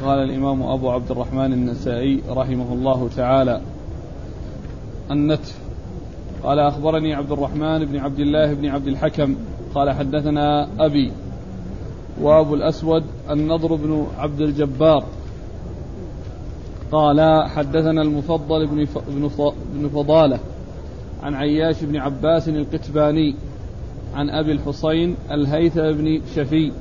قال الإمام أبو عبد الرحمن النسائي رحمه الله تعالى: النتف. قال: أخبرني عبد الرحمن بن عبد الله بن عبد الحكم قال: حدثنا أبي وأبو الأسود النضر بن عبد الجبار قال: حدثنا المفضل بن فضالة عن عياش بن عباس القتباني عن أبي الحسين الهيثم بن شفي.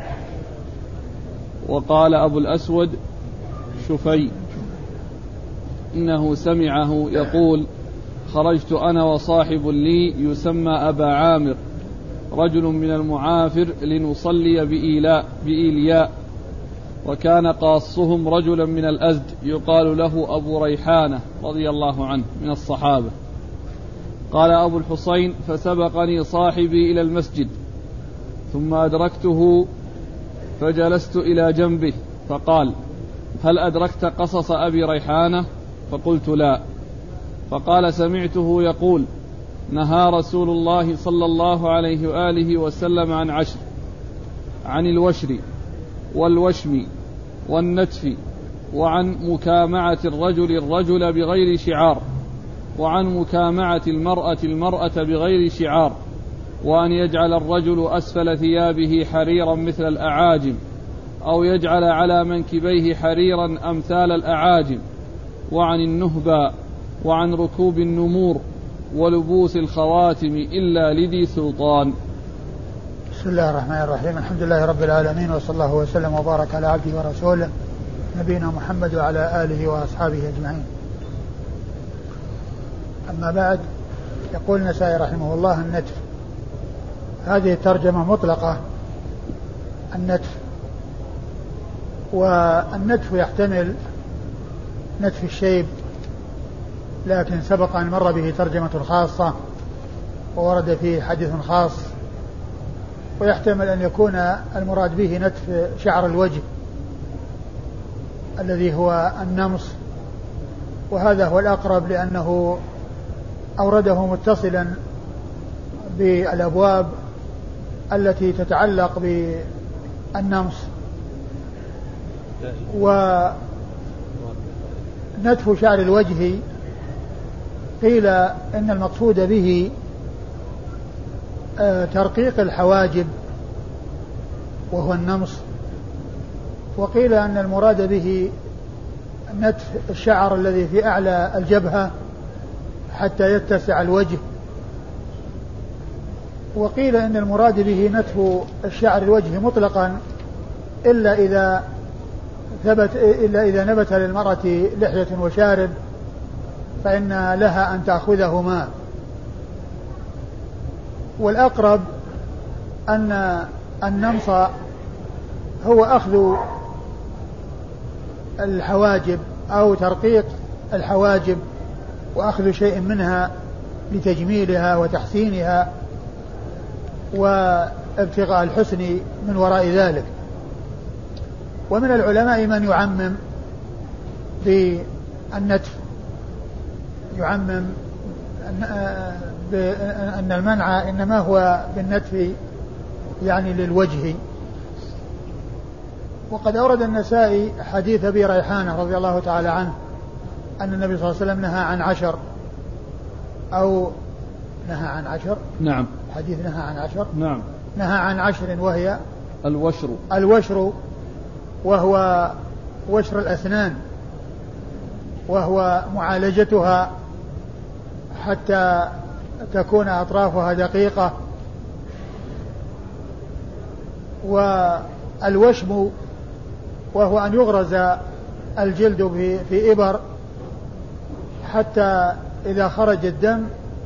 وقال أبو الأسود شفي إنه سمعه يقول: خرجت أنا وصاحب لي يسمى أبا عامر رجل من المعافر لنصلي بإيلياء، وكان قاصهم رجلا من الأزد يقال له أبو ريحانة رضي الله عنه من الصحابة. قال أبو الحسين: فسبقني صاحبي إلى المسجد ثم أدركته فجلست إلى جنبه فقال: هل أدركت قصص أبي ريحانة؟ فقلت: لا. فقال: سمعته يقول: نهى رسول الله صلى الله عليه وآله وسلم عن 10: عن الوشر والوشم والنتف، وعن مكامعة الرجل بغير شعار، وعن مكامعة المرأة بغير شعار، وأن يجعل الرجل أسفل ثيابه حريرا مثل الأعاجم، أو يجعل على منكبيه حريرا أمثال الأعاجم، وعن النهبة، وعن ركوب النمور، ولبوس الخواتم إلا لذي سلطان. بسم الله الرحمن الرحيم. الحمد لله رب العالمين، وصلى الله وسلم وبارك على عبده ورسوله نبينا محمد وعلى آله وأصحابه أجمعين. أما بعد، يقول النسائي رحمه الله: النتف. هذه ترجمة مطلقة، النتف. والنتف يحتمل نتف الشيب، لكن سبق أن مر به ترجمة خاصة وورد فيه حديث خاص. ويحتمل أن يكون المراد به نتف شعر الوجه الذي هو النمص، وهذا هو الأقرب لأنه أورده متصلا بالأبواب التي تتعلق بالنمص. ونتف شعر الوجه قيل إن المقصود به ترقيق الحواجب وهو النمص، وقيل أن المراد به نتف الشعر الذي في أعلى الجبهة حتى يتسع الوجه، وقيل إن المراد به نتف الشعر الوجه مطلقا إلا إذا نبت للمرأة لحية وشارب فإن لها أن تأخذهما. والأقرب أن النمص هو أخذ الحواجب أو ترقيق الحواجب وأخذ شيء منها لتجميلها وتحسينها وابتغاء الحسن من وراء ذلك. ومن العلماء من يعمم بالنتف، يعمم بأن المنع إنما هو بالنتف يعني للوجه. وقد أورد النسائي حديث أبي ريحانة رضي الله تعالى عنه أن النبي صلى الله عليه وسلم نهى عن 10 أو نهى عن 10. نعم. حديث نهى عن 10. نعم. نهى عن 10 وهي الوشر، وهو وشر الأسنان، وهو معالجتها حتى تكون أطرافها دقيقة. والوشم وهو أن يغرز الجلد في إبر حتى إذا خرج الدم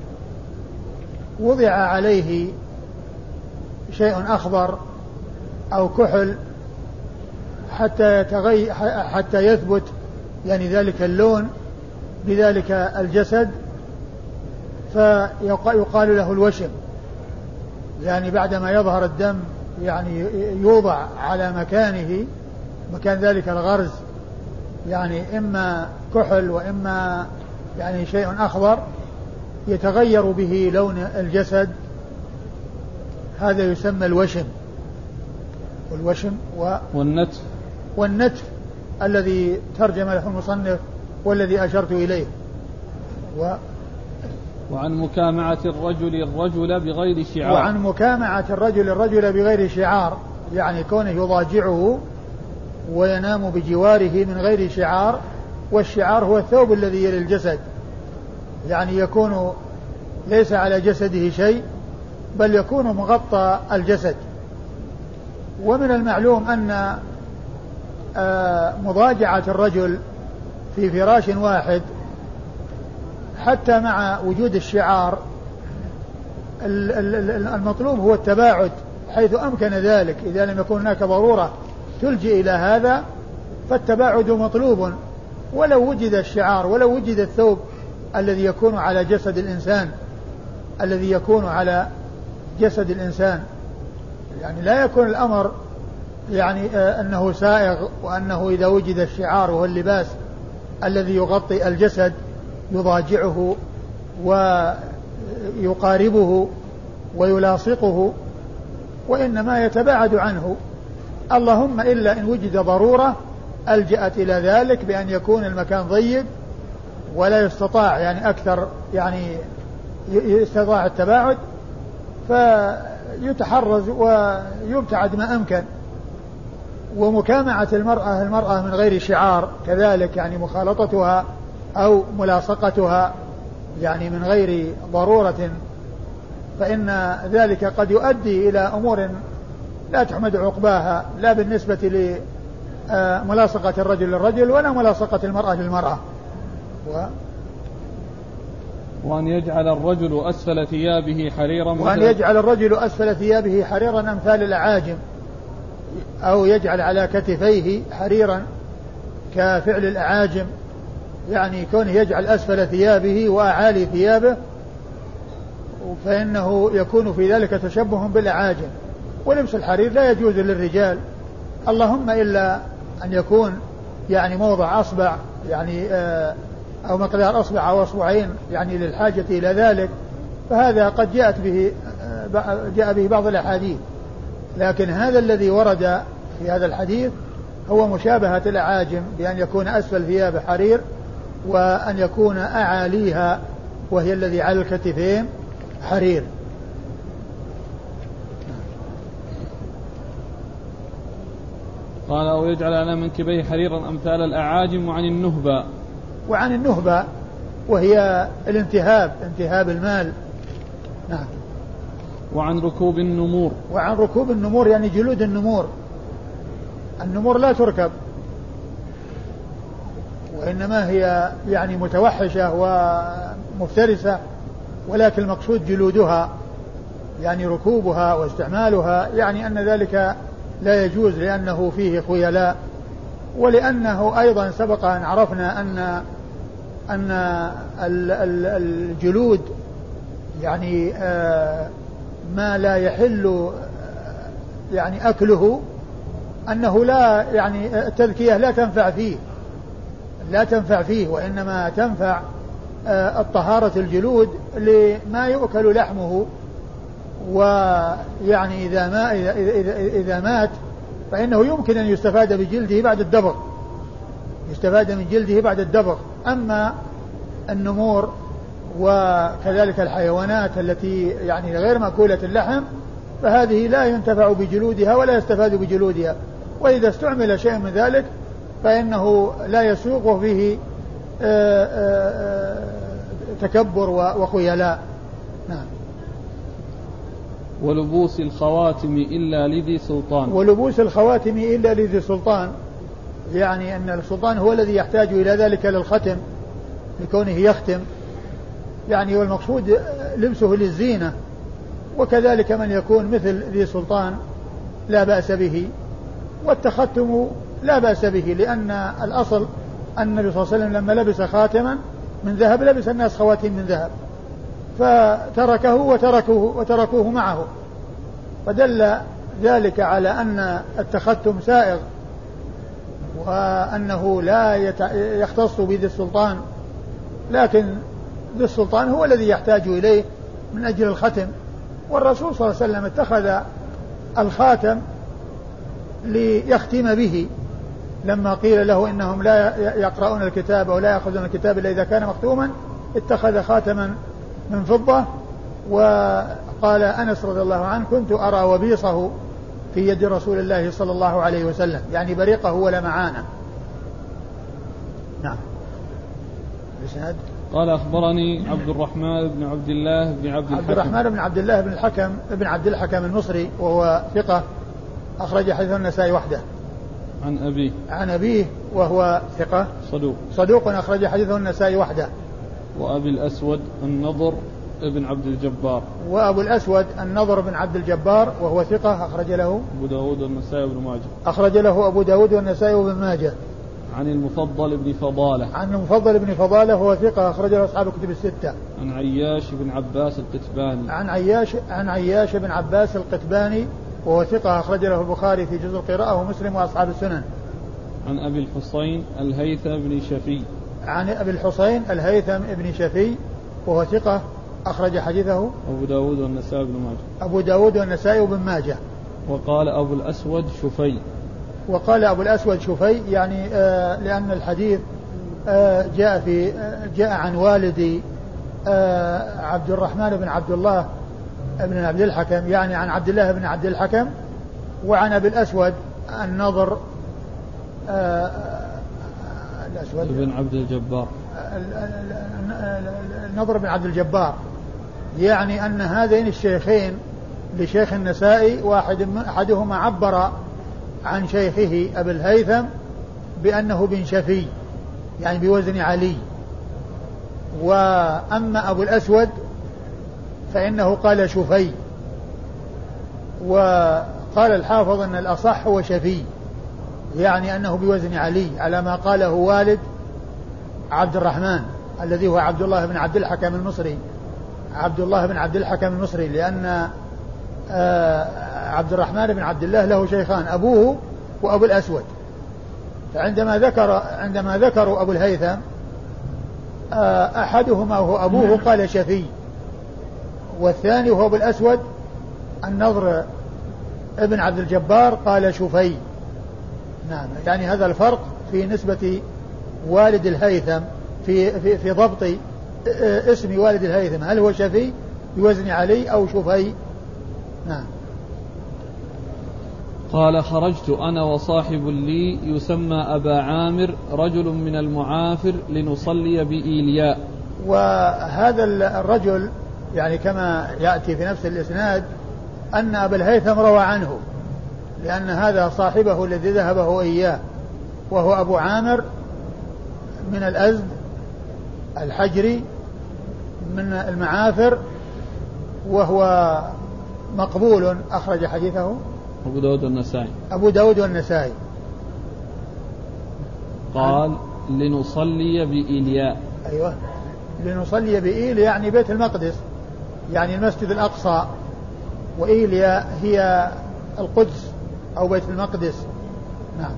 وضع عليه شيء أخضر أو كحل حتى يثبت يعني ذلك اللون بذلك الجسد، فيقال له الوشم. يعني بعدما يظهر الدم يعني يوضع على مكان ذلك الغرز، يعني إما كحل وإما يعني شيء أخضر يتغير به لون الجسد، هذا يسمى الوشم. والوشم والنتف الذي ترجم له المصنف والذي أشرت إليه. وعن مكامعة الرجل بغير شعار. وعن مكامعة الرجل بغير شعار، يعني كونه يضاجعه وينام بجواره من غير شعار. والشعار هو الثوب الذي يلي الجسد، يعني يكون ليس على جسده شيء بل يكون مغطى الجسد. ومن المعلوم أن مضاجعة الرجل في فراش واحد حتى مع وجود الشعار المطلوب هو التباعد حيث أمكن ذلك. إذا لم يكن هناك ضرورة تلجئ إلى هذا فالتباعد مطلوب، ولو وجد الشعار ولو وجد الثوب الذي يكون على جسد الإنسان يعني لا يكون الأمر يعني أنه سائغ، وأنه إذا وجد الشعار وهو اللباس الذي يغطي الجسد يضاجعه ويقاربه ويلاصقه، وإنما يتباعد عنه. اللهم إلا إن وجد ضرورة ألجأت إلى ذلك بأن يكون المكان ضيق ولا يستطاع يعني أكثر يعني يستطاع التباعد فيتحرز ويبتعد ما أمكن. ومكامعة المرأة من غير شعار كذلك، يعني مخالطتها أو ملاصقتها يعني من غير ضرورة، فإن ذلك قد يؤدي إلى أمور لا تحمد عقباها، لا بالنسبة لملاصقة الرجل للرجل ولا ملاصقة المرأة للمرأة. وأن يجعل الرجل أسفل ثيابه حريرا أمثال الأعاجم، أو يجعل على كتفيه حريرا كفعل الأعاجم، يعني كونه يجعل أسفل ثيابه وأعالي ثيابه، فإنه يكون في ذلك تشبه بالأعاجم. ولبس الحرير لا يجوز للرجال، اللهم إلا أن يكون يعني موضع أصبع يعني أو مقدار أصبع أو أصبعين يعني للحاجة إلى ذلك، فهذا قد جاء به بعض الأحاديث. لكن هذا الذي ورد في هذا الحديث هو مشابهة الأعاجم بأن يكون أسفل ثيابه حرير وأن يكون أعاليها وهي الذي على الكتفين حرير. قال أو يجعل على منكبيه حريرا أمثال الأعاجم. وعن النهبة وهي انتهاب المال. نعم. وعن ركوب النمور يعني جلود النمور لا تركب، وإنما هي يعني متوحشة ومفترسة، ولكن المقصود جلودها، يعني ركوبها واستعمالها، يعني أن ذلك لا يجوز لأنه فيه خيلاء، ولأنه أيضا سبق أن عرفنا أن الجلود يعني ما لا يحل يعني أكله، أنه لا يعني التذكية لا تنفع فيه وإنما تنفع الطهارة الجلود لما يؤكل لحمه. ويعني إذا مات فإنه يمكن أن يستفاد بجلده بعد الدبغ. أما النمور وكذلك الحيوانات التي يعني غير مأكولة اللحم فهذه لا ينتفع بجلودها ولا يستفاد بجلودها، وإذا استعمل شيء من ذلك فإنه لا يسوق فيه تكبر وخيلاء. نعم. ولبوس الخواتم إلا لذي سلطان، يعني أن السلطان هو الذي يحتاج إلى ذلك للختم لكونه يختم، يعني والمقصود لبسه للزينة. وكذلك من يكون مثل ذي سلطان لا بأس به، والتختم لا بأس به، لأن الأصل أن النبي صلى الله عليه وسلم لما لبس خاتما من ذهب لبس الناس خواتيم من ذهب فتركه وتركوه معه، فدل ذلك على أن التختم سائغ وأنه لا يختص بذي السلطان، لكن ذي السلطان هو الذي يحتاج إليه من أجل الختم. والرسول صلى الله عليه وسلم اتخذ الخاتم ليختم به، لما قيل له إنهم لا يقرؤون الكتاب أو لا يأخذون الكتاب إلا إذا كان مختوما اتخذ خاتما من فضة. وقال أنس رضي الله عنه كنت أرى وبيصه في يد رسول الله صلى الله عليه وسلم، يعني بريقه ولا معانا. نعم. قال أخبرني عبد الرحمن بن عبد الله بن عبد الحكم. عبد الرحمن بن عبد الله بن عبد الحكم المصري، وهو ثقة أخرج حديث النسائي وحده. عن أبيه وهو ثقة صدوق أخرج حديثه النسائي وحده. وأبي الأسود النضر بن عبد الجبار. وأبو الأسود النضر بن عبد الجبار وهو ثقة أخرج له أبو داود والنسائي وابن ماجه. أخرج له أبو داود والنسائي وابن ماجه. عن المفضل بن فضالة. عن المفضل بن فضالة وهو ثقة أخرج له أصحاب الكتب الستة. عن عياش بن عباس القتباني. عن عياش بن عباس القتباني وهو ثقة أخرج له البخاري في جزء القراءة ومسلم وأصحاب السنن. عن أبي الحسين الهيثم بن شفي. عن أبي الحسين الهيثم بن شفي وهو ثقة أخرج حديثه أبو داود والنسائي وابن ماجه. أبو داود والنسائي وابن ماجه. وقال أبو الأسود شفي. وقال أبو الأسود شفي، يعني لأن الحديث جاء عن والدي عبد الرحمن بن عبد الله بن عبد الحكم، يعني عن عبد الله بن عبد الحكم. وعن أبي الأسود النضر الأسود بن عبد الجبار، النضر بن عبد الجبار، يعني أن هذين الشيخين لشيخ النسائي أحدهما عبر عن شيخه أبي الهيثم بأنه بن شفي، يعني بوزن علي. وأما أبو الأسود فإنه قال شفي. وقال الحافظ أن الأصح هو شفي، يعني أنه بوزن علي على ما قاله والد عبد الرحمن الذي هو عبد الله بن عبد الحكم المصري. عبد الله بن عبد الحكم المصري، لأن عبد الرحمن بن عبد الله له شيخان، أبوه وأبو الأسود. فعندما ذكروا أبو الهيثم أحدهما هو أبوه قال شفي، والثاني هو أبو الأسود النضر ابن عبد الجبار قال شفي. نعم، يعني هذا الفرق في نسبة والد الهيثم في ضبط اسم والد الهيثم، هل هو شفي بوزن علي أو شفي. نعم. قال خرجت أنا وصاحب لي يسمى أبا عامر رجل من المعافر لنصلي بإيلياء. وهذا الرجل يعني كما يأتي في نفس الإسناد أن أبا الهيثم روى عنه، لأن هذا صاحبه الذي ذهبه إياه، وهو أبو عامر من الأزد الحجري من المعافر، وهو مقبول أخرج حديثه أبو داود والنسائي. قال لنصلي بإيلياء. أيوة، لنصلي بإيلياء يعني بيت المقدس، يعني المسجد الأقصى، وإيلياء هي القدس أو بيت المقدس. نعم.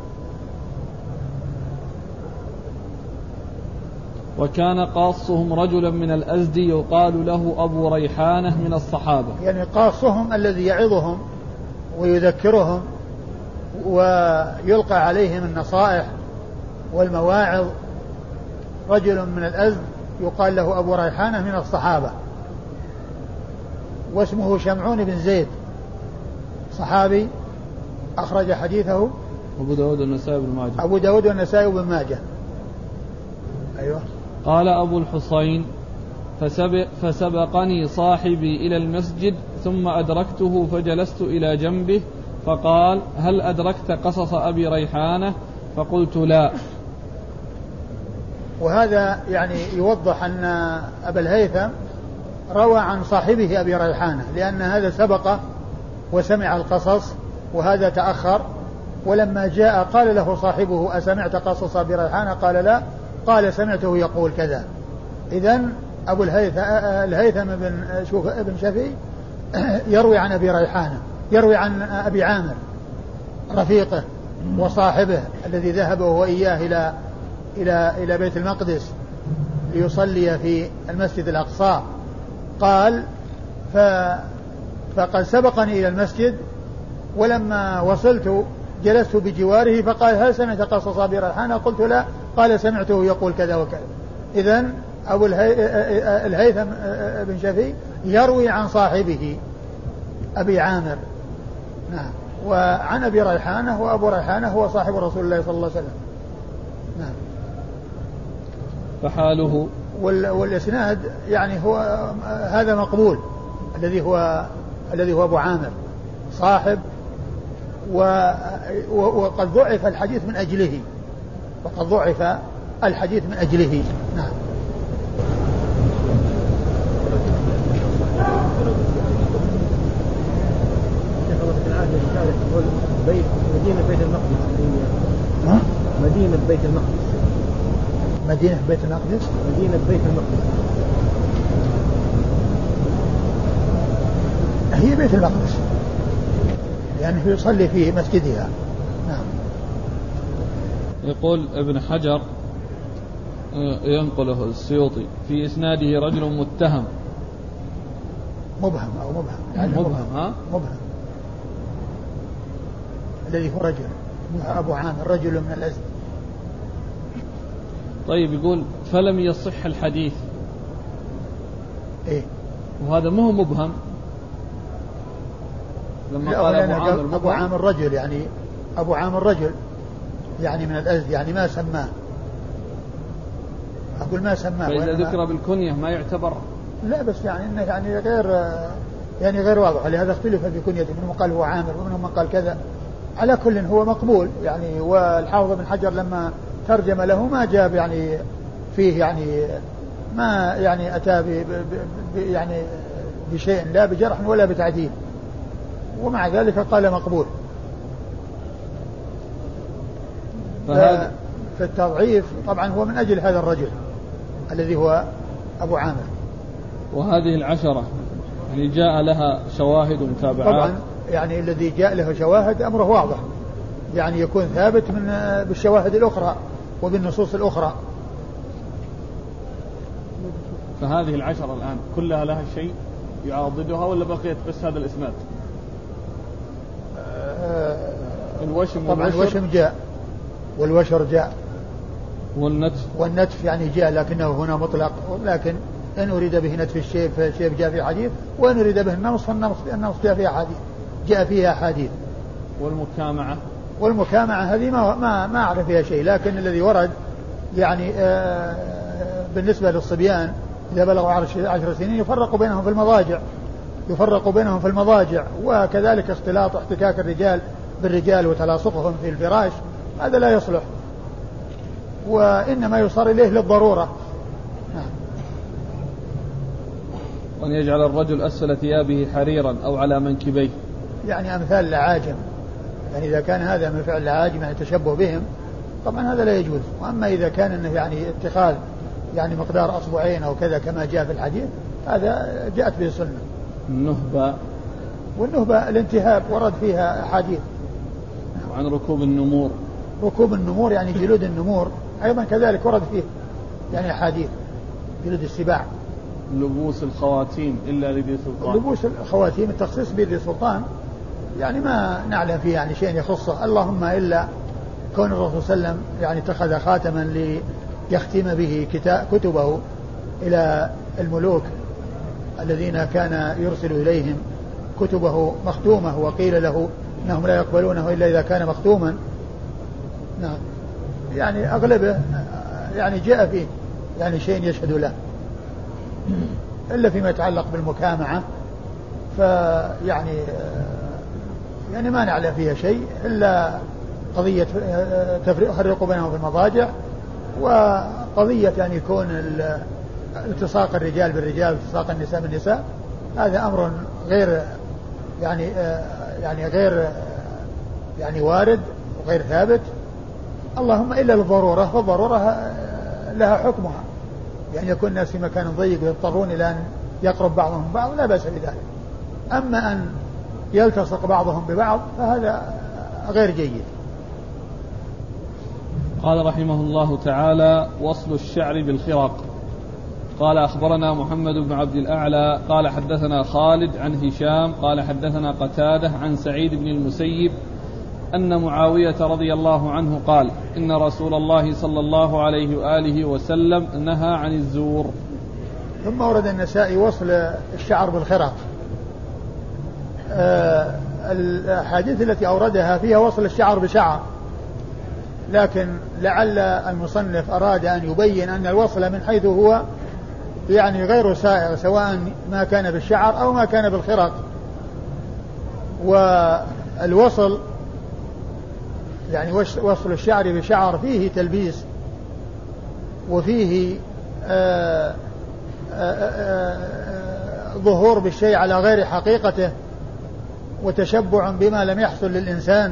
وكان قاصهم رجلا من الأزد يقال له أبو ريحانة من الصحابة. يعني قاصهم الذي يعظهم ويذكرهم ويلقى عليهم النصائح والمواعظ، رجل من الأزد يقال له أبو ريحانة من الصحابة، واسمه شمعون بن زيد، صحابي أخرج حديثه أبو داود والنسائي وابن ماجه. أيوة. قال أبو الحسين فسبقني صاحبي إلى المسجد ثم أدركته فجلست إلى جنبه فقال هل أدركت قصص أبي ريحانة؟ فقلت لا. وهذا يعني يوضح أن أبا الهيثم روى عن صاحبه أبي ريحانة، لأن هذا سبق وسمع القصص وهذا تأخر، ولما جاء قال له صاحبه أسمعت قصص أبي ريحانة؟ قال لا، قال سمعته يقول كذا. إذن أبو الهيثم بن شفي يروي عن أبي ريحانة، يروي عن أبي عامر رفيقه وصاحبه الذي ذهب هو إياه إلى بيت المقدس ليصلي في المسجد الأقصى. قال فقد سبقني إلى المسجد، ولما وصلت جلست بجواره فقال هل سمعت قصص أبي ريحانة؟ قلت لا. قال سمعته يقول كذا وكذا. إذن أبو الهيثم بن شفي يروي عن صاحبه أبي عامر. نعم. وعن أبي ريحانة، وأبو ريحانة هو صاحب رسول الله صلى الله عليه وسلم. نعم. فحاله والإسناد يعني هو هذا مقبول، الذي هو أبو عامر صاحب، وقد ضعف الحديث من أجله، وقد ضعف الحديث من أجله. نعم. مدينة بيت المقدس. مدينة بيت المقدس. مدينة بيت المقدس. مدينة بيت المقدس هي بيت المقدس لأنه يعني يصلي في مسجدها. نعم. يقول ابن حجر ينقله السيوطي في إسناده رجل متهم مبهم أو مبهم يعني مبهم الذي هو رجل أبو عامر رجل من الأزد. طيب يقول فلم يصح الحديث. إيه؟ وهذا ما هو مبهم لما قال أبو عامر رجل، يعني أبو عامر رجل يعني من الأزد، يعني ما سماه، أقول ما سماه. فإذا ذكر بالكنية ما يعتبر. لا بس يعني إنه يعني غير واضح، لهذا اختلف في كنيته، منهم قال هو عامر ومنهم من قال كذا. على كل هو مقبول يعني. والحافظ بن حجر لما ترجم له ما جاب يعني فيه يعني ما يعني أتى يعني بشيء لا بجرح ولا بتعديل، ومع ذلك قال مقبول. فالتضعيف طبعا هو من أجل هذا الرجل الذي هو أبو عامر. وهذه العشرة يعني جاء لها شواهد ومتابعات. طبعا يعني الذي جاء له شواهد أمره واضح، يعني يكون ثابت بالشواهد الأخرى وبالنصوص الأخرى. فهذه العشرة الآن كلها لها شيء يعضدها ولا بقيت بس هذا الإسناد؟ الوشم طبعا الوشم جاء والوشر جاء والنتف يعني جاء، لكنه هنا مطلق، لكن إن أريد به نتف الشيب فالشيب جاء في حديث، وإن أريد به النمص فالنمص جاء فيها حديث. والمكامعة هذه ما أعرف فيها شيء، لكن الذي ورد يعني بالنسبة للصبيان إذا بلغوا 10 سنين يفرق بينهم في المضاجع، وكذلك احتكاك الرجال بالرجال وتلاصقهم في الفراش، هذا لا يصلح، وإنما يصار إليه للضرورة. وأن يجعل الرجل أسفل ثيابه حريرا أو على منكبيه، يعني أمثال العاجم، يعني إذا كان هذا من فعل العاجم يعني التشبه بهم طبعا هذا لا يجوز. وأما إذا كان إنه يعني اتخاذ يعني مقدار أصبعين أو كذا كما جاء في الحديث هذا جاءت به السنة. والنهبة الانتهاب ورد فيها أحاديث. وعن ركوب النمور يعني جلود النمور أيضا كذلك ورد فيه يعني أحاديث جلود السباع. لبوس الخواتيم إلا لذي سلطان. لبوس الخواتيم التخصيص بذي سلطان يعني ما نعلم فيه يعني شيء يخصه، اللهم إلا كون الرسول صلى الله عليه وسلم يعني اتخذ خاتما ليختم به كتبه إلى الملوك الذين كان يرسل إليهم كتبه مختومة، وقيل له إنهم لا يقبلونه إلا إذا كان مختوما. نعم. يعني أغلبه يعني جاء فيه يعني شيء يشهد له، إلا فيما يتعلق بالمكامعة فيعني يعني ما نعلم فيها شيء إلا قضية تفريق بينهم في المضاجع، وقضية يعني يكون التصاق الرجال بالرجال والتصاق النساء بالنساء، هذا أمر غير غير وارد وغير ثابت، اللهم إلا للضرورة، فالضرورة لها حكمها، يعني يكون الناس في مكان ضيق ويضطرون إلى أن يقرب بعضهم بعض لا بأس بذلك. أما أن يلتصق بعضهم ببعض فهذا غير جيد. قال رحمه الله تعالى: وصل الشعر بالخرق. قال أخبرنا محمد بن عبد الأعلى قال حدثنا خالد عن هشام قال حدثنا قتادة عن سعيد بن المسيب أن معاوية رضي الله عنه قال إن رسول الله صلى الله عليه وآله وسلم نهى عن الزور. ثم ورد النسائي وصل الشعر بالخرق. الأحاديث التي أوردها فيها وصل الشعر بشعر، لكن لعل المصنف أراد أن يبين أن الوصل من حيث هو يعني غير سائغ، سواء ما كان بالشعر أو ما كان بالخرق. والوصل يعني وصل الشعر بشعر فيه تلبيس، وفيه ظهور بالشيء على غير حقيقته، وتشبع بما لم يحصل للإنسان.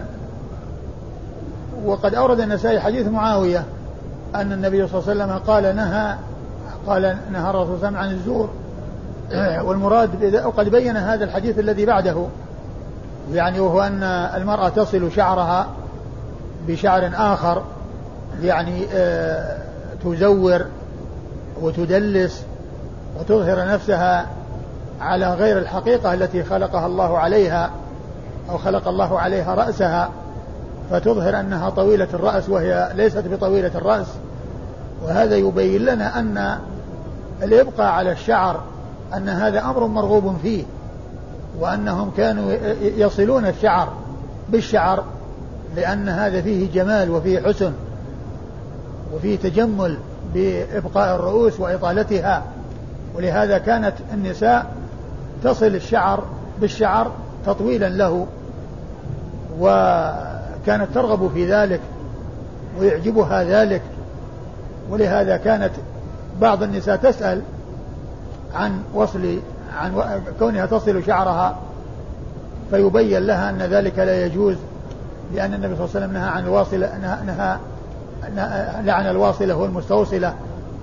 وقد أورد النسائي حديث معاوية أن النبي صلى الله عليه وسلم قال نهى الرسول صلى الله عليه وسلم عن الزور، والمراد وقد بين هذا الحديث الذي بعده، يعني وهو أن المرأة تصل شعرها بشعر آخر، يعني تزور وتدلس وتظهر نفسها على غير الحقيقة التي خلقها الله عليها، أو خلق الله عليها رأسها، فتظهر أنها طويلة الرأس وهي ليست بطويلة الرأس. وهذا يبين لنا أن الإبقاء على الشعر أن هذا أمر مرغوب فيه، وأنهم كانوا يصلون الشعر بالشعر، لأن هذا فيه جمال وفيه حسن وفيه تجمل بإبقاء الرؤوس وإطالتها. ولهذا كانت النساء تصل الشعر بالشعر تطويلا له، وكانت ترغب في ذلك ويعجبها ذلك. ولهذا كانت بعض النساء تسأل عن كونها تصل شعرها، فيبين لها أن ذلك لا يجوز، لأن النبي صلى الله عليه وسلم نهى عن الواصلة، لعن الواصلة والمستوصلة.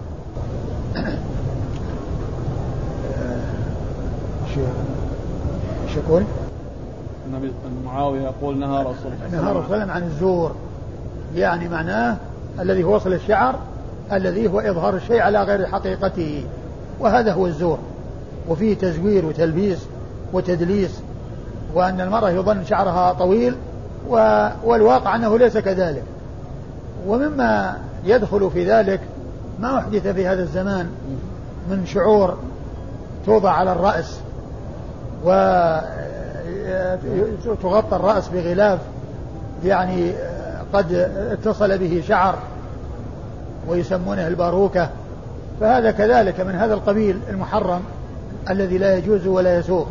ايش يقول؟ النبي معاوية يقول نهى رسول الله عن الزور، يعني معناه الذي هو وصل الشعر الذي هو إظهار الشيء على غير حقيقته، وهذا هو الزور، وفيه تزوير وتلبيس وتدليس، وأن المرأة يظن شعرها طويل والواقع أنه ليس كذلك. ومما يدخل في ذلك ما أحدث في هذا الزمان من شعور توضع على الرأس وتغطى الرأس بغلاف يعني قد اتصل به شعر ويسمونه الباروكة، فهذا كذلك من هذا القبيل المحرم الذي لا يجوز ولا يسوغ.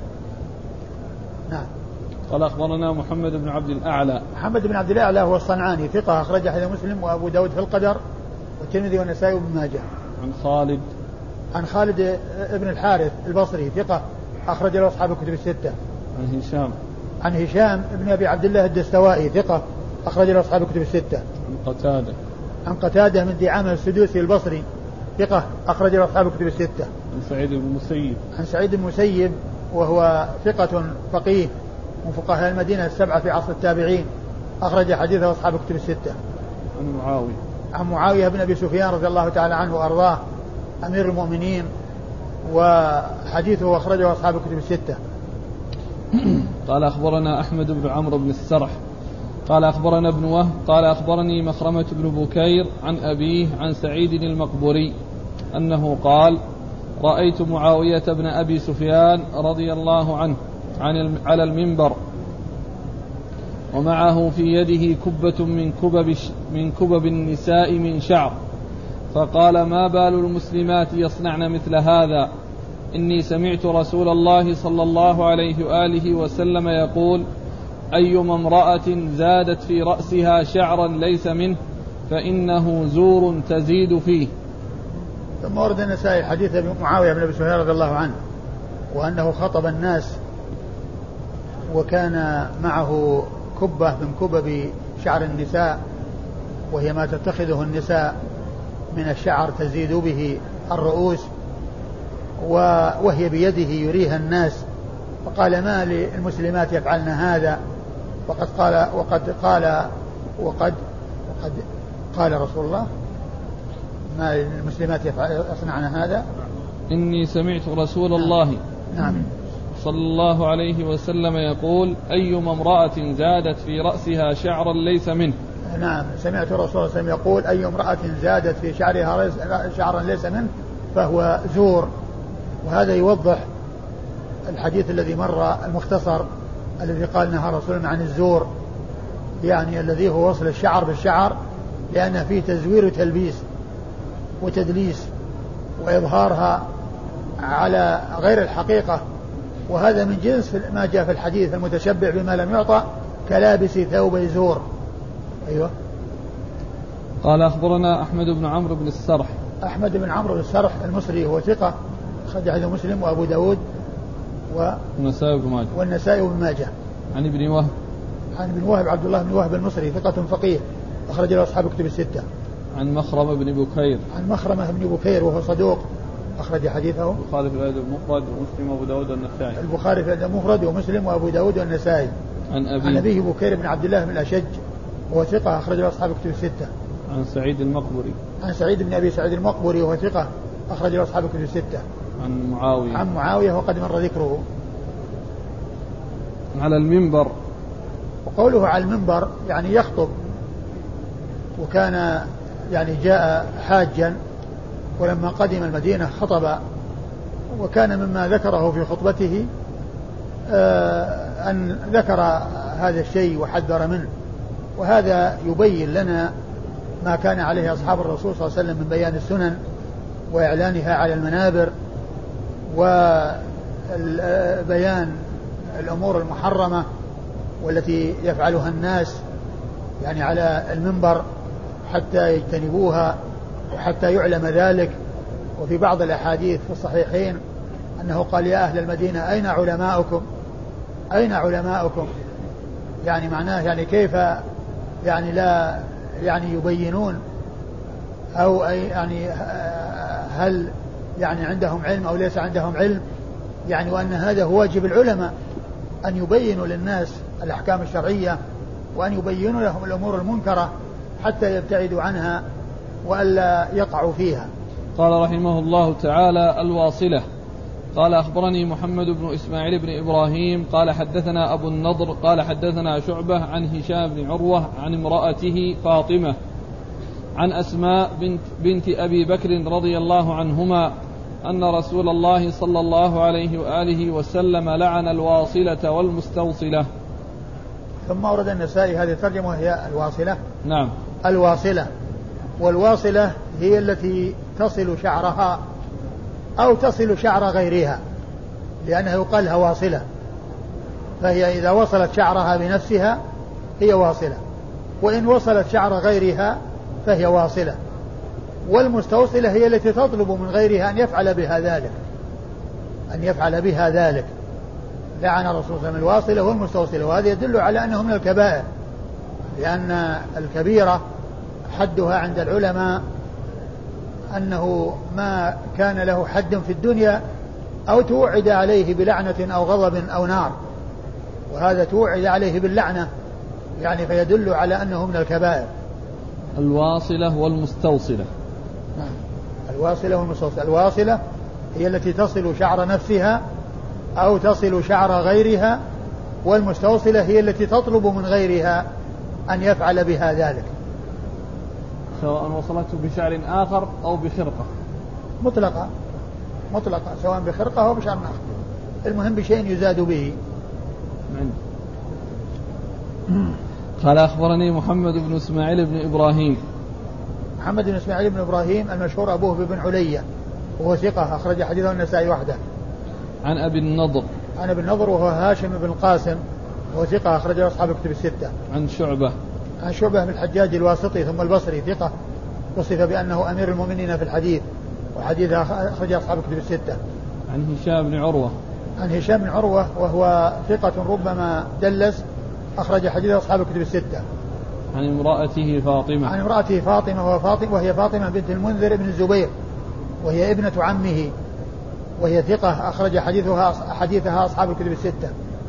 نعم. قال أخبرنا محمد بن عبد الأعلى. محمد بن عبد الأعلى هو الصنعاني ثقة، أخرج حديث مسلم وأبو داود في القدر والترمذي والنسائي وابن ماجه. عن خالد ابن الحارث البصري ثقة، أخرج له أصحاب الكتب الستة. عن هشام ابن أبي عبد الله الدستوائي ثقة، أخرج له أصحاب الكتب الستة. عن قتادة من دعامة السدوسي البصري ثقة، أخرج له أصحاب الكتب الستة. عن سعيد بن المسيب وهو ثقة فقيه من فقهاء المدينة السبعة في عصر التابعين، أخرج حديثه أصحاب الكتب الستة. عن معاوية بن أبي سفيان رضي الله تعالى عنه وأرضاه أمير المؤمنين، وحديثه أخرجه أصحاب الكتب الستة. قال أخبرنا أحمد بن عمرو بن السرح قال أخبرنا ابن وهب قال أخبرني مخرمة بن بكير عن أبيه عن سعيد المقبوري أنه قال رأيت معاوية بن أبي سفيان رضي الله عنه على المنبر ومعه في يده كبة من كبب النساء من شعر، فقال ما بال المسلمات يصنعن مثل هذا؟ إني سمعت رسول الله صلى الله عليه وآله وسلم يقول أيما امرأة زادت في رأسها شعرا ليس منه فإنه زور تزيد فيه. ثم ورد النسائي حديث معاوية بن أبي سفيان رضي الله عنه وأنه خطب الناس وكان معه كبة من كبب شعر النساء، وهي ما تتخذه النساء من الشعر تزيد به الرؤوس، وهي بيده يريها الناس، فقال ما للمسلمات يفعلن هذا؟ وقد قال رسول الله ما للمسلمات يصنعن هذا؟ إني سمعت رسول الله نعم صلى الله عليه وسلم يقول أيما امرأة زادت في رأسها شعرا ليس منه. نعم، سمعت الرسول صلى الله عليه وسلم يقول أي امرأة زادت في شعرها شعرا ليس منه فهو زور. وهذا يوضح الحديث الذي مر المختصر الذي قال نهى رسولنا عن الزور، يعني الذي هو وصل الشعر بالشعر، لأن فيه تزوير وتلبيس وتدليس وإظهارها على غير الحقيقة، وهذا من جنس ما جاء في الحديث المتشبع بما لم يعطى كلابس ثوب زور. أيوة. قال أخبرنا أحمد بن عمرو بن السرح. أحمد بن عمرو بن السرح المصري هو ثقة، أخرج حديث مسلم وأبو داود والنسائي بن ماجه. عن ابن وهب. عن ابن وهب عبد الله بن وهب المصري ثقة فقيه، أخرج له أصحاب كتب الستة. عن مخرمة بن بكير. عن مخرمة بن بكير وهو صدوق، أخرج حديثه البخاري في الأدب المفرد ومسلم وأبو داود والنسائي. البخاري في الأدب المفرد ومسلم وأبو داود والنسائي. عن أبيه بكير بن عبد الله بن الأشج وهو ثقة، أخرج له أصحاب كتب الستة. عن سعيد المقبري. عن سعيد بن أبي سعيد المقبري وهو ثقة، أخرج له أصحاب كتب الستة. عن معاوية. عن معاوية وقد مر ذكره. على المنبر. وقوله على المنبر يعني يخطب، وكان يعني جاء حاجا ولما قدم المدينة خطب، وكان مما ذكره في خطبته أن ذكر هذا الشيء وحذر منه، وهذا يبين لنا ما كان عليه أصحاب الرسول صلى الله عليه وسلم من بيان السنن وإعلانها على المنابر وبيان الأمور المحرمة والتي يفعلها الناس يعني على المنبر حتى يجتنبوها وحتى يعلم ذلك. وفي بعض الأحاديث في الصحيحين أنه قال يا أهل المدينة أين علماؤكم؟ أين علماؤكم؟ يعني معناه يعني كيف يعني لا يعني يبينون أو يعني هل يعني عندهم علم أو ليس عندهم علم، يعني وأن هذا هو واجب العلماء أن يبينوا للناس الأحكام الشرعية وأن يبينوا لهم الأمور المنكرة حتى يبتعدوا عنها وألا يقعوا فيها. قال رحمه الله تعالى الواصلة. قال أخبرني محمد بن إسماعيل بن إبراهيم قال حدثنا أبو النضر قال حدثنا شعبة عن هشام بن عروة عن امرأته فاطمة عن أسماء بنت أبي بكر رضي الله عنهما أن رسول الله صلى الله عليه وآله وسلم لعن الواصلة والمستوصلة. ثم ورد النسائي هذه الترجمة وهي الواصلة. نعم. الواصلة، والواصلة هي التي تصل شعرها أو تصل شعر غيرها، لأنه يقال لها واصلة، فهي إذا وصلت شعرها بنفسها هي واصلة، وإن وصلت شعر غيرها فهي واصلة. والمستوصلة هي التي تطلب من غيرها أن يفعل بها ذلك، أن يفعل بها ذلك. لعن الرسول صلى الله عليه وسلم الواصلة والمستوصلة، وهذا يدل على أنه من الكبائر، لأن الكبيرة حدها عند العلماء أنه ما كان له حد في الدنيا أو توعد عليه بلعنة أو غضب أو نار، وهذا توعد عليه باللعنة يعني فيدل على أنه من الكبائر. الواصلة والمستوصلة. الواصلة والمستوصلة. الواصلة هي التي تصل شعر نفسها أو تصل شعر غيرها، والمستوصلة هي التي تطلب من غيرها أن يفعل بها ذلك، سواء وصلته بشعر آخر أو بخرقة مطلقة سواء بخرقة أو بشعر آخر، المهم بشيء يزاد به. قال أخبرني محمد بن إسماعيل بن إبراهيم. محمد بن إسماعيل بن إبراهيم المشهور أبوه بن علية وهو ثقة، أخرج حديثه النسائي وحده. عن أبي النضر. عن أبي النضر وهو هاشم بن القاسم وهو ثقة، أخرج أصحاب كتب الستة. عن شعبة. عن شعبة بن الحجاج الواسطي ثم البصري ثقة، وصف بأنه أمير المؤمنين في الحديث، وحديثه أخرج أصحاب كتب الستة. عن هشام بن عروة. عن هشام بن عروة وهو ثقة ربما دلس، أخرج حديث أصحاب الكتب الستة. عن امرأته فاطمة. عن امرأته فاطمة وهي فاطمة بنت المنذر بن الزبير وهي ابنة عمه، وهي ثقة، أخرج حديثها أصحاب الكتب الستة.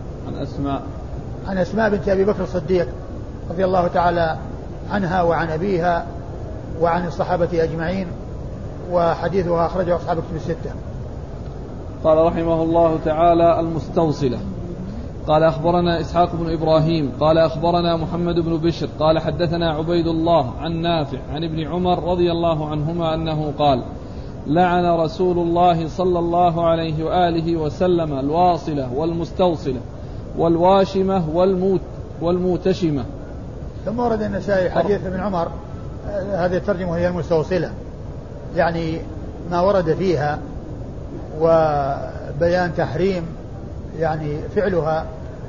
عن أسماء بنت أبي بكر الصديق رضي الله تعالى عنها وعن أبيها وعن الصحابة أجمعين، وحديثها أخرجه أصحاب الكتب الستة. قال رحمه الله تعالى: المستوصلة. قال أخبرنا إسحاق بن إبراهيم قال أخبرنا محمد بن بشر قال حدثنا عبيد الله عن نافع عن ابن عمر رضي الله عنهما أنه قال: لعن رسول الله صلى الله عليه وآله وسلم الواصلة والمستوصلة والواشمة والموتشمة. ثم ورد النسائي حديث ابن عمر، هذه الترجمة هي المستوصلة، يعني ما ورد فيها وبيان تحريم يعني فعلها،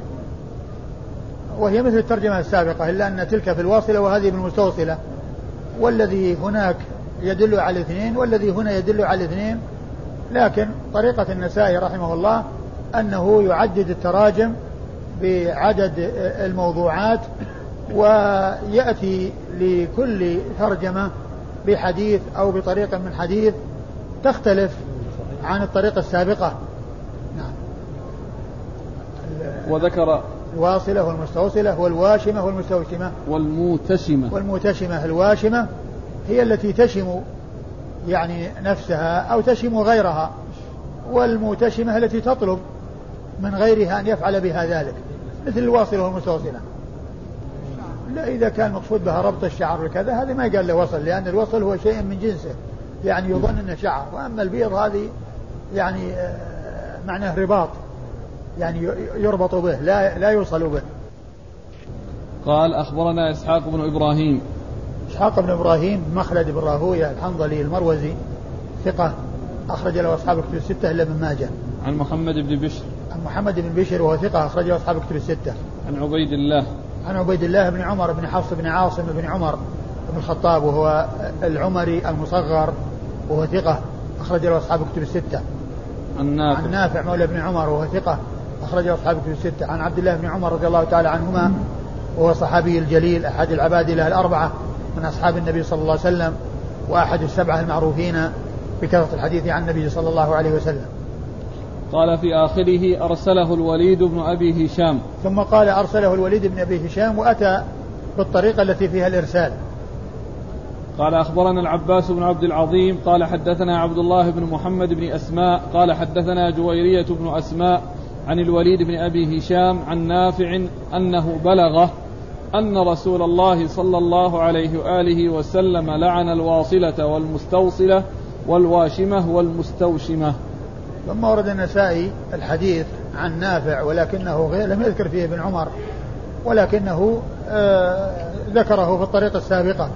وهي مثل الترجمة السابقة، إلا أن تلك في الواصلة وهذه بالمستوصلة، والذي هناك يدل على الاثنين والذي هنا يدل على الاثنين. لكن طريقة النسائي رحمه الله أنه يعدد التراجم بعدد الموضوعات، ويأتي لكل ترجمة بحديث أو بطريقة من حديث تختلف عن الطريقة السابقة. نعم. وذكر الواصلة والمستوصلة والواشمة والمستوشمة والموتشمة. الواشمة هي التي تشم يعني نفسها أو تشم غيرها، والموتشمة التي تطلب من غيرها أن يفعل بها ذلك، مثل الواصلة والمستوصلة. لا، إذا كان مقصود بها ربط الشعر وكذا هذا ما يقال له وصل، لأن الوصل هو شيء من جنسه، يعني يظن أنه شعر، وأما البيض هذه يعني معناه رباط، يعني يربط به لا يوصل به. قال أخبرنا إسحاق بن إبراهيم. إسحاق بن إبراهيم مخلد بن راهويه الحنظلي المروزي ثقة، أخرج له أصحاب الكتب الستة إلا ابن ماجه. عن محمد بن بشر. عن محمد بن بشر وهو ثقة، أخرج له أصحاب الكتب الستة. عن عبيد الله. عن عبيد الله بن عمر بن حفص بن عاصم بن عمر بن الخطاب، وهو العمري المصغر، وهو ثقة، أخرج له أصحاب الكتب الستة. عن نافع مولى ابن عمر وهو ثقة، أخرج له أصحاب الكتب الستة. عن عبد الله بن عمر رضي الله تعالى عنهما، وهو صحابي الجليل أحد العبادلة الأربعة من أصحاب النبي صلى الله عليه وسلم، وأحد السبعة المعروفين بكثرة الحديث عن النبي صلى الله عليه وسلم. قال في آخره: أرسله الوليد بن أبي هشام. ثم قال: أرسله الوليد بن أبي هشام، وأتى بالطريقة التي فيها الإرسال. قال أخبرنا العباس بن عبد العظيم قال حدثنا عبد الله بن محمد بن أسماء قال حدثنا جويرية بن أسماء عن الوليد بن أبي هشام عن نافع أنه بلغه أن رسول الله صلى الله عليه وآله وسلم لعن الواصلة والمستوصلة والواشمة والمستوشمة. ثم ورد النسائي الحديث عن نافع، ولكنه لم يذكر فيه ابن عمر، ولكنه ذكره في الطريقة السابقة.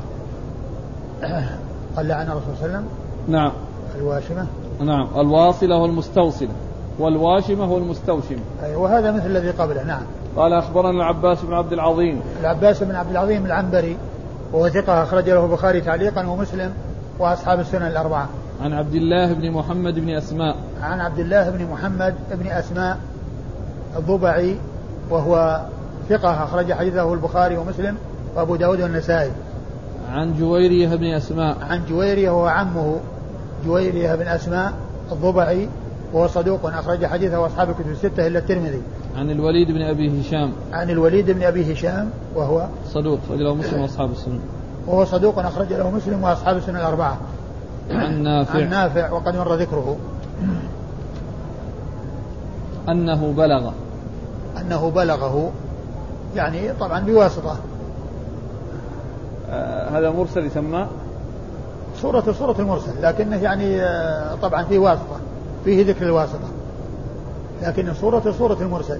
قال لعن الرسول صلى الله عليه وسلم. نعم. الواشمة. نعم. الواصلة والمستوصلة والواشمة والمستوشمة. وهذا مثل الذي قبله. نعم. قال أخبرنا العباس بن عبد العظيم. العباس بن عبد العظيم العنبري، وهو ثقة، أخرج له البخاري تعليقا ومسلم وأصحاب السنن الأربعة. عن عبد الله بن محمد بن أسماء. عن عبد الله بن محمد بن أسماء الضبعي، وهو ثقة، أخرج حديثه البخاري ومسلم وأبو داود والنسائي. عن جويرية بن أسماء. عن جويرية وهو عمه جويرية بن أسماء الضبعي، وهو صدوق، أخرج حديثه أصحاب الكتب الستة إلا الترمذي. عن الوليد بن أبي هشام. عن الوليد بن أبي هشام وهو صدوق، أخرج له مسلم وأصحاب السنن. وهو صدوق، أخرج له مسلم وأصحاب السنن الأربعة. عن نافع وقد مر ذكره. أنه بلغه يعني طبعا بواسطة. هذا مرسل يسمى صورة المرسل، لكنه يعني طبعا فيه واسطة، فيه ذكر الواسطة، لكن صورة المرسل.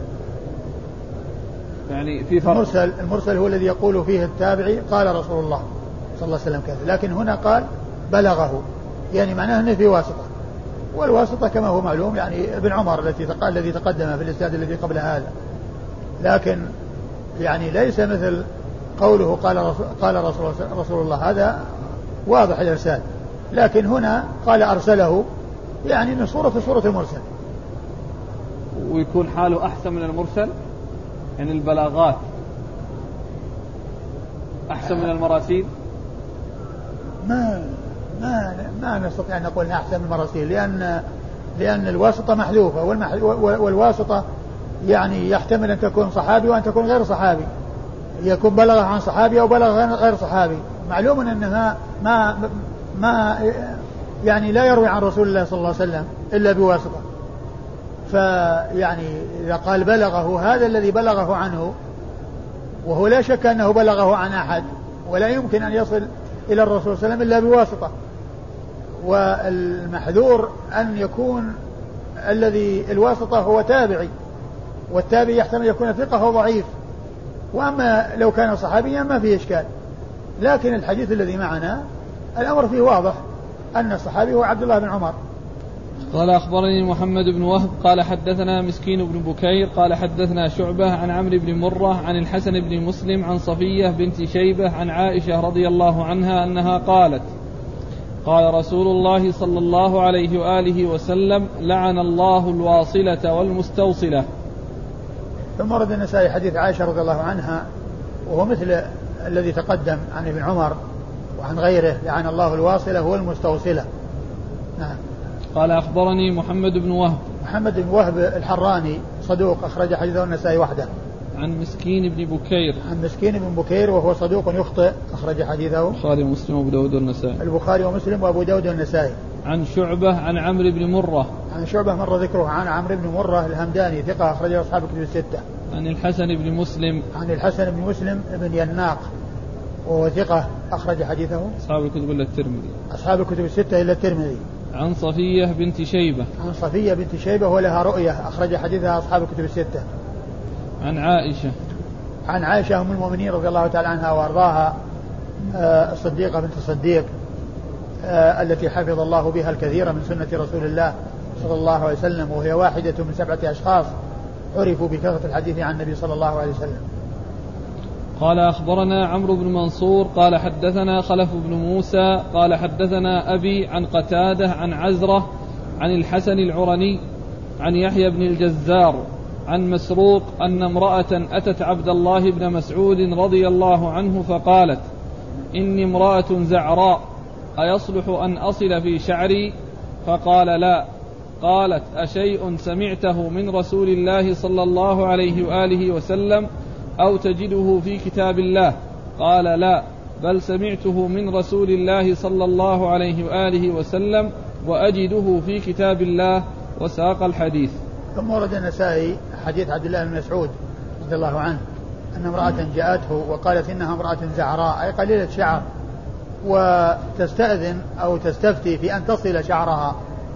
يعني في فرق. المرسل هو الذي يقول فيه التابعي قال رسول الله صلى الله عليه وسلم كذا، لكن هنا قال بلغه، يعني معناه أنه في واسطة. والواسطة كما هو معلوم يعني ابن عمر الذي تقدم في الإسناد الذي قبل هذا، لكن يعني ليس مثل قوله قال رسول الله، هذا واضح الإرسال، لكن هنا قال أرسله، يعني أن صورة المرسل. ويكون حاله أحسن من المرسل، يعني البلاغات أحسن من المراسيل. ما نستطيع أن نقول أحسن من المراسيل، لأن الواسطة محذوفة، والواسطة يعني يحتمل أن تكون صحابي وأن تكون غير صحابي، يكون بلغ عن صحابي أو بلغ غير صحابي. معلوم أنها ما يعني لا يروي عن رسول الله صلى الله عليه وسلم إلا بواسطة، فيعني إذا قال بلغه هذا الذي بلغه عنه، وهو لا شك أنه بلغه عن أحد، ولا يمكن أن يصل إلى الرسول صلى الله عليه وسلم إلا بواسطة. والمحذور أن يكون الذي الواسطة هو تابعي، والتابعي يحتمل يكون ثقة أو ضعيف، وأما لو كان صحابيا ما فيه إشكال. لكن الحديث الذي معنا الأمر فيه واضح أن الصحابي هو عبد الله بن عمر. قال أخبرني محمد بن وهب قال حدثنا مسكين بن بكير قال حدثنا شعبة عن عمرو بن مرة عن الحسن بن مسلم عن صفية بنت شيبة عن عائشة رضي الله عنها أنها قالت: قال رسول الله صلى الله عليه وآله وسلم: لعن الله الواصلة والمستوصلة. ثم ورد النسائي حديث عائشة رضي الله عنها وهو مثل الذي تقدم عن ابن عمر وعن غيره: لعن الله الواصلة والمستوصلة. نعم. قال أخبرني محمد بن وهب. محمد بن وهب الحراني صدوق أخرج حديثه النسائي وحده. عن مسكين بن بكير. عن مسكين بن بكير وهو صدوق يخطئ أخرج حديثه البخاري ومسلم وأبو داود والنسائي. البخاري ومسلم وأبو داود والنسائي. عن شعبة عن عمرو بن مرة. عن شعبة مر ذكره. عن عمرو بن مرة الهمداني ثقة أخرج أصحاب الكتب الستة. عن الحسن بن مسلم. عن الحسن بن مسلم بن يناق وهو ثقة أخرج حديثه أصحاب الكتب إلا الترمذي. أصحاب الكتب الستة إلا الترمذي. عن صفية بنت شيبة. عن صفية بنت شيبة ولها رؤية أخرج حديثها أصحاب الكتب الستة. عن عائشة. عن عائشة أم المؤمنين رضي الله تعالى عنها وأرضاها الصديقة بنت الصديق التي حفظ الله بها الكثير من سنة رسول الله صلى الله عليه وسلم، وهي واحدة من 7 أشخاص عرفوا بكثرة الحديث عن النبي صلى الله عليه وسلم. قال أخبرنا عمرو بن منصور قال حدثنا خلف بن موسى قال حدثنا أبي عن قتادة عن عزرة عن الحسن العرني عن يحيى بن الجزار عن مسروق أن امرأة أتت عبد الله بن مسعود رضي الله عنه فقالت: إني امرأة زعراء أيصلح أن أصل في شعري؟ فقال: لا. قالت: أشيء سمعته من رسول الله صلى الله عليه وآله وسلم أو تجده في كتاب الله؟ قال: لا، بل سمعته من رسول الله صلى الله عليه وآله وسلم وأجده في كتاب الله. وساق الحديث. ثم ورد النسائي حديث عبد الله بن مسعود رضي الله عنه أن امرأة جاءته وقالت إنها امرأة زعراء أي قليلة شعر، وتستأذن أو تستفتي في أن تصل شعرها،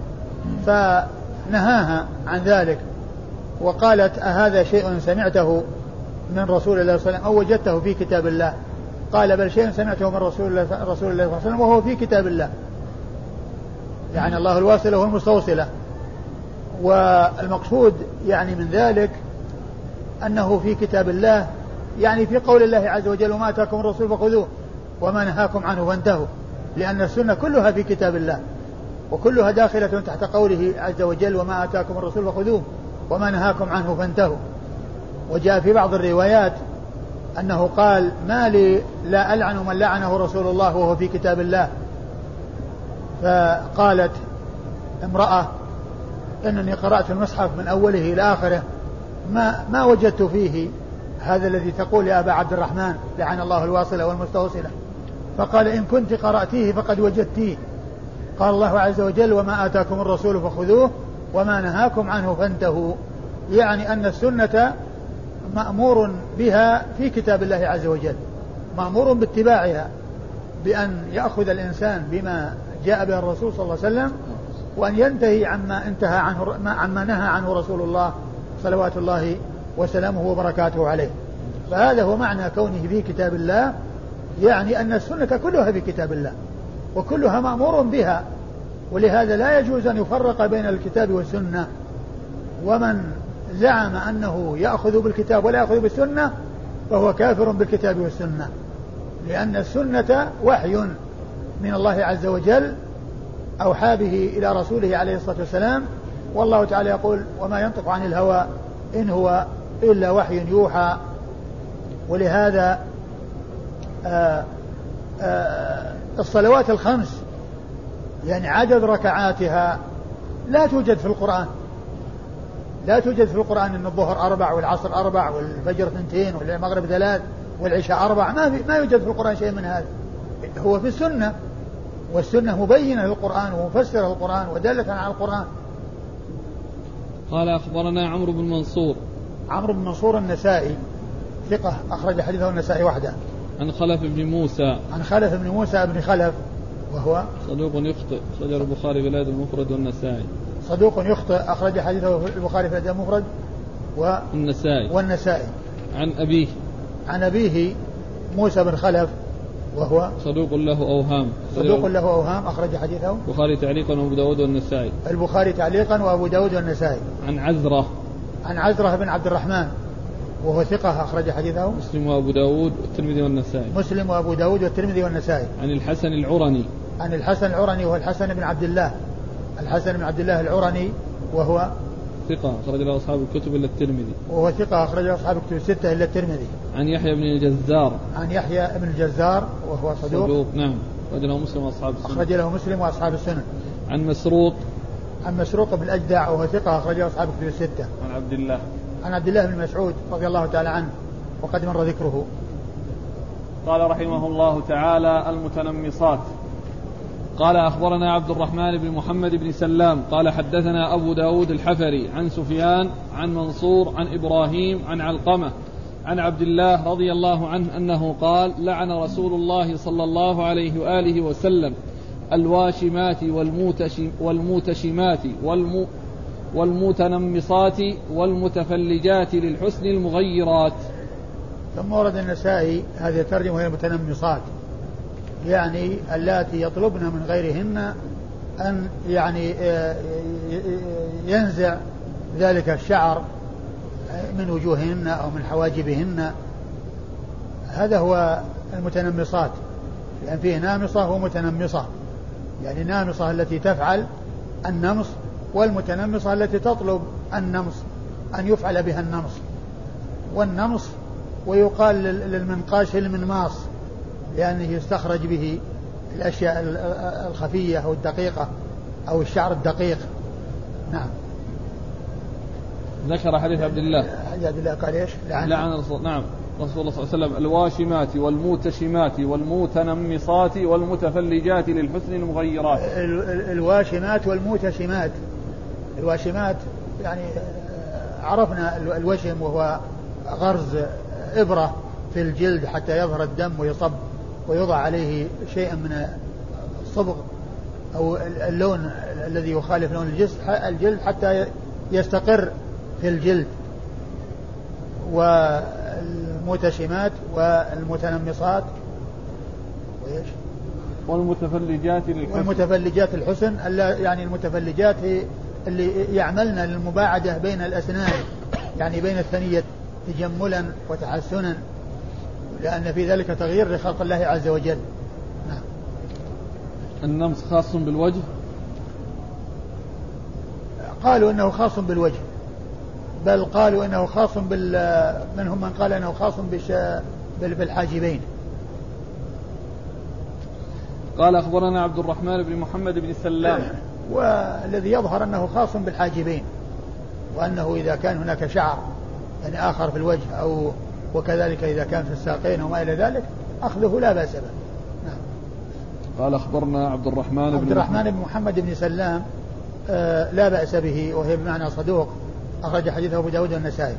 فنهاها عن ذلك وقالت: أهذا شيء سمعته من رسول الله صلى الله عليه وسلم أو وجدته في كتاب الله؟ قال: بل شيء سمعته من رسول الله صلى الله عليه وسلم وهو في كتاب الله. يعني الله الواصلة والمستوصلة. والمقصود يعني من ذلك أنه في كتاب الله، يعني في قول الله عز وجل: وما أتاكم الرسول فخذوه وما نهاكم عنه فانتهوا، لأن السنة كلها في كتاب الله وكلها داخلة تحت قوله عز وجل: وما أتاكم الرسول فخذوه وما نهاكم عنه فانتهوا. وجاء في بعض الروايات أنه قال: ما لي لا ألعن من لعنه رسول الله وهو في كتاب الله. فقالت امرأة: إنني قرأت المصحف من أوله إلى آخره ما وجدت فيه هذا الذي تقول يا أبا عبد الرحمن لعن الله الواصلة والمستوصلة. فقال: إن كنت قرأتيه فقد وجدتيه. قال الله عز وجل: وما آتاكم الرسول فخذوه وما نهاكم عنه فانتهوا، يعني أن السنة مأمور بها في كتاب الله عز وجل، مأمور باتباعها، بأن يأخذ الإنسان بما جاء به الرسول صلى الله عليه وسلم وأن ينتهي عما نهى عنه رسول الله صلوات الله وسلامه وبركاته عليه. فهذا هو معنى كونه في كتاب الله، يعني أن السنة كلها في كتاب الله وكلها مأمور بها، ولهذا لا يجوز أن يفرق بين الكتاب والسنة. ومن زعم أنه يأخذ بالكتاب ولا يأخذ بالسنة فهو كافر بالكتاب والسنة، لأن السنة وحي من الله عز وجل أوحى به إلى رسوله عليه الصلاة والسلام، والله تعالى يقول: وما ينطق عن الهوى إن هو إلا وحي يوحى. ولهذا الصلوات الخمس يعني عدد ركعاتها لا توجد في القرآن، لا توجد في القرآن أن الظهر 4 والعصر 4 والفجر 2 والمغرب 3 والعشاء 4، ما يوجد في القرآن شيء من هذا. هو في السنة، والسنة مبينة للقرآن ومفسرة للقرآن ودالة على القرآن. قال أخبرنا عمرو بن منصور. عمرو بن منصور النسائي ثقة أخرج حديثه النسائي وحده. عن خلف بن موسى. عن خلف بن موسى بن خلف وهو صدوق يخطئ، أخرج البخاري في الأدب المفرد والنسائي. صدوق يخطئ، أخرج حديثه البخاري في الأدب المفرد والنسائي. عن أبيه موسى بن خلف وهو صدوق له أوهام، أخرج حديثه البخاري تعليقا وأبو داود والنسائي. البخاري تعليقا وأبو داود والنسائي. عن عزرة بن عبد الرحمن وهو ثقة، أخرج حديثه مسلم وأبو داود والترمذي والنسائي. عن الحسن العرني وهو الحسن بن عبد الله العرني وهو ثقة، أخرج له أصحاب الكتب إلا الترمذي. أصحاب الكتب الستة إلا الترمذي. عن يحيى بن الجزار وهو صدوق نعم، أخرج له مسلم وأصحاب السنن. عن مسروق بن الأجدع وهو ثقة، أخرج له أصحاب الكتب الستة. عن عبد الله بن مسعود رضي الله تعالى عنه وقد مر ذكره. قال رحمه الله تعالى: المتنمصات. قال أخبرنا عبد الرحمن بن محمد بن سلام قال حدثنا أبو داود الحفري عن سفيان عن منصور عن إبراهيم عن علقمة عن عبد الله رضي الله عنه أنه قال: لعن رسول الله صلى الله عليه وآله وسلم الواشمات والموتشمات والمتنمصات والمتفلجات للحسن المغيرات. ثم ورد النسائي هذه الترجمة وهي المتنمصات، يعني اللاتي يطلبن من غيرهن أن يعني ينزع ذلك الشعر من وجوههن أو من حواجبهن. هذا هو المتنمصات، لأن فيه نامصة ومتنمصة، يعني نامصة التي تفعل النمص، والمتنمصة التي تطلب النمص أن يفعل بها النمص. والنمص ويقال للمنقاش المنماص، لأنه يستخرج به الأشياء الخفية أو الدقيقة أو الشعر الدقيق. نعم. ذكر حديث عبد الله قال إيش؟ لعن رسول الله صلى الله عليه وسلم الواشمات والموتشمات والمتنمصات والمتفلجات للحسن المغيرات. الواشمات والموتشمات، الواشمات يعني عرفنا الوشم وهو غرز إبرة في الجلد حتى يظهر الدم ويصب ويوضع عليه شيء من الصبغ أو اللون الذي يخالف لون الجلد حتى يستقر في الجلد. والمتشمات والمتنمصات والمتفلجات الحسن، يعني المتفلجات اللي يعملن للمباعدة بين الأسنان، يعني بين الثنية تجملا وتحسنا، لأن في ذلك تغيير لخلق الله عز وجل. نعم. النمص خاص بالوجه؟ قالوا إنه خاص بالوجه، بل قالوا إنه خاص منهم من قال إنه خاص بالحاجبين. قال أخبرنا عبد الرحمن بن محمد بن سلام، والذي يظهر أنه خاص بالحاجبين، وأنه إذا كان هناك شعر يعني آخر في الوجه أو وكذلك إذا كان في الساقين وما إلى ذلك أخذه لا بأس به. نعم. قال أخبرنا عبد الرحمن بن محمد بن سلام لا بأس به، وهي بمعنى صدوق، أخرج حديثه أبو داود والنسائي.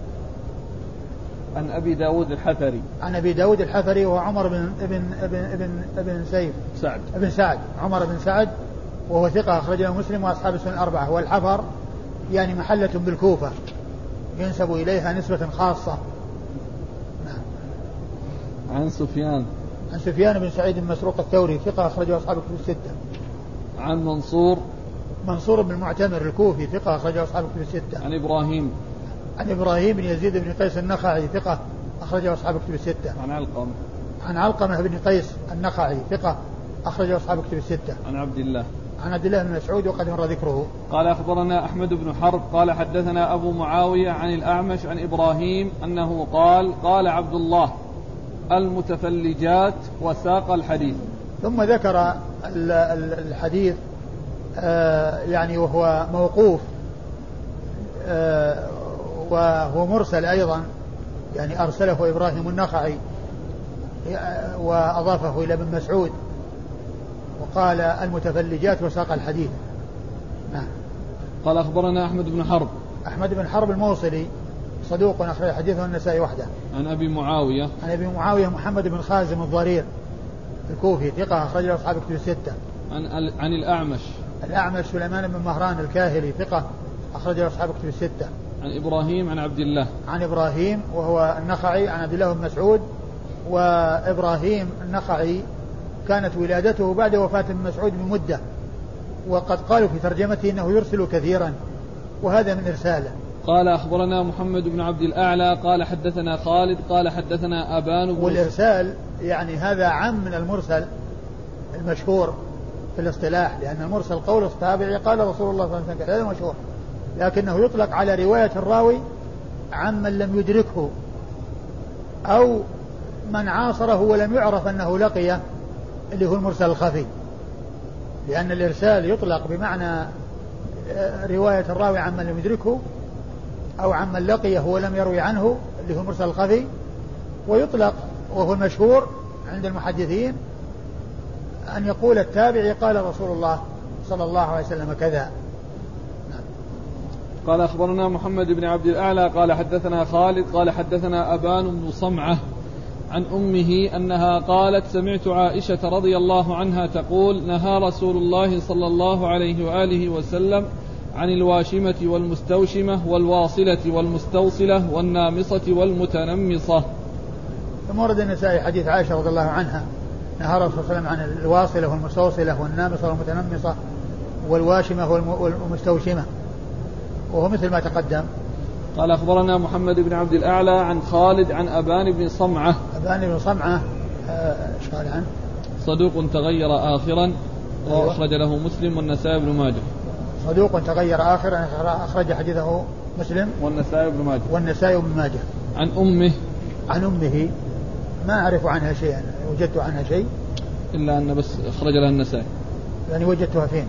عن أبي داود الحفري وهو عمر بن سعد عمر بن سعد، وهو ثقة، أخرجه مسلم وأصحاب السنن الأربعة. والحفر يعني محلة بالكوفة ينسب إليها نسبة خاصة. نعم. عن سفيان بن سعيد مسروق الثوري ثقة، أخرجه أصحاب الكتب الستة. عن منصور بن المعتمر الكوفي ثقة، أخرجه أصحاب الكتب الستة. عن إبراهيم بن يزيد بن قيس النخعي ثقة، أخرجه أصحاب الكتب الستة. عن علقمة بن قيس النخعي ثقة، أخرجه أصحاب الكتب الستة. عن عبد الله بن مسعود وقد مر ذكره. قال أخبرنا أحمد بن حرب قال حدثنا أبو معاوية عن الأعمش عن إبراهيم أنه قال عبد الله المتفلجات وساق الحديث. ثم ذكر الحديث يعني وهو موقوف وهو مرسل أيضا، يعني أرسله إبراهيم النخعي وأضافه إلى ابن مسعود وقال المتفلجات وساق الحديث. نعم. قال أخبرنا أحمد بن حرب. أحمد بن حرب الموصلي صدوق أخرج حديثه النسائي وحده. عن أبي معاوية. عن أبي معاوية محمد بن خازم الضرير الكوفي ثقة أخرج له أصحاب كتب الستة. عن الأعمش. الأعمش سليمان بن مهران الكاهلي ثقة أخرج له أصحاب كتب الستة. عن إبراهيم عن عبد الله. عن إبراهيم وهو النخعي عن عبد الله بن مسعود. وإبراهيم النخعي كانت ولادته بعد وفاة ابن مسعود بمدة، وقد قالوا في ترجمته إنه يرسل كثيرا، وهذا من إرساله. قال أخبرنا محمد بن عبد الأعلى قال حدثنا خالد قال حدثنا أبان. والإرسال يعني هذا عام من المرسل المشهور في الاصطلاح، لأن المرسل قول التابعي قال رسول الله صلى الله عليه وسلم، هذا مشهور، لكنه يطلق على رواية الراوي عمن لم يدركه أو من عاصره ولم يعرف أنه لقيه، اللي هو المرسل الخفي. لأن الإرسال يطلق بمعنى رواية الراوي عمن لم يدركه أو عمن لقيه ولم يروي عنه، اللي هو المرسل الخفي. ويطلق وهو المشهور عند المحدثين أن يقول التابعي قال رسول الله صلى الله عليه وسلم كذا. قال أخبرنا محمد بن عبد الأعلى قال حدثنا خالد قال حدثنا أبان بن صمعة عن أمه أنها قالت سمعت عائشة رضي الله عنها تقول نهى رسول الله صلى الله عليه وآله وسلم عن الواشمة والمستوشمة والواصلة والمستوصلة والنامصة والمتنمصة. ثم ورد النسائي حديث عائشة رضي الله عنها نهى رسول الله صلى الله عليه وسلم عن الواصلة والمستوصلة والنامصة والمتنمصة والواشمة والمستوشمة، وهو مثل ما تقدم. قال أخبرنا محمد بن عبد الأعلى عن خالد عن أبان بن صمعة. أبان بن صمعة ايش قال عنه؟ صدوق تغير آخرا وأخرج له مسلم والنسائي بن ماجه. صدوق تغير آخرا أخرج حديثه مسلم والنسائي بن ماجه. عن أمه ما أعرف عنها شيئا، وجدت عنها شيء إلا أن بس أخرج لها النسائي. يعني وجدتها فين؟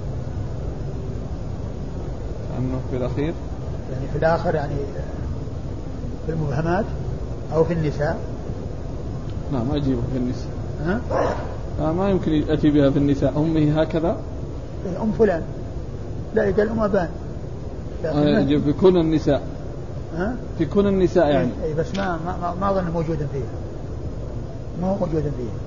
أنه في الأخير يعني في الآخر، يعني في المبهمات أو في النساء. لا ما أجيبه في النساء. ما يمكن أتي بها في النساء. أمه هكذا أم فلان، لا يقال أم أبان، يجب في كون النساء. في كون النساء يعني. أي بس ما أظن موجودا فيها، ما هو موجودا فيها.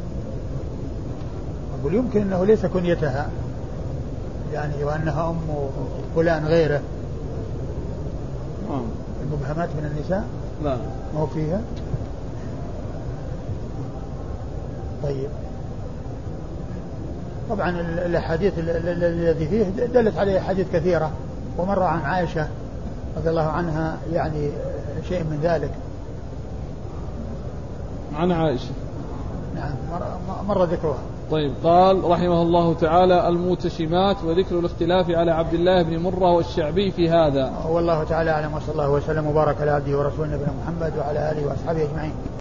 أقول يمكن أنه ليس كنيتها يعني، وأنها أم فلان غيره. المبهمات من النساء لا ما هو فيها. طيب طبعا الحديث الذي فيه دلت عليه حديث كثيرة، ومر عن عائشة رضي الله عنها يعني شيء من ذلك. عن عائشة نعم مر ذكرها. طيب قال رحمه الله تعالى الموتشمات وذكر الاختلاف على عبد الله بن مرة والشعبي في هذا. والله تعالى أعلم، وصلى الله وسلم وبارك على عبده ورسوله نبينا محمد وعلى آله وأصحابه أجمعين.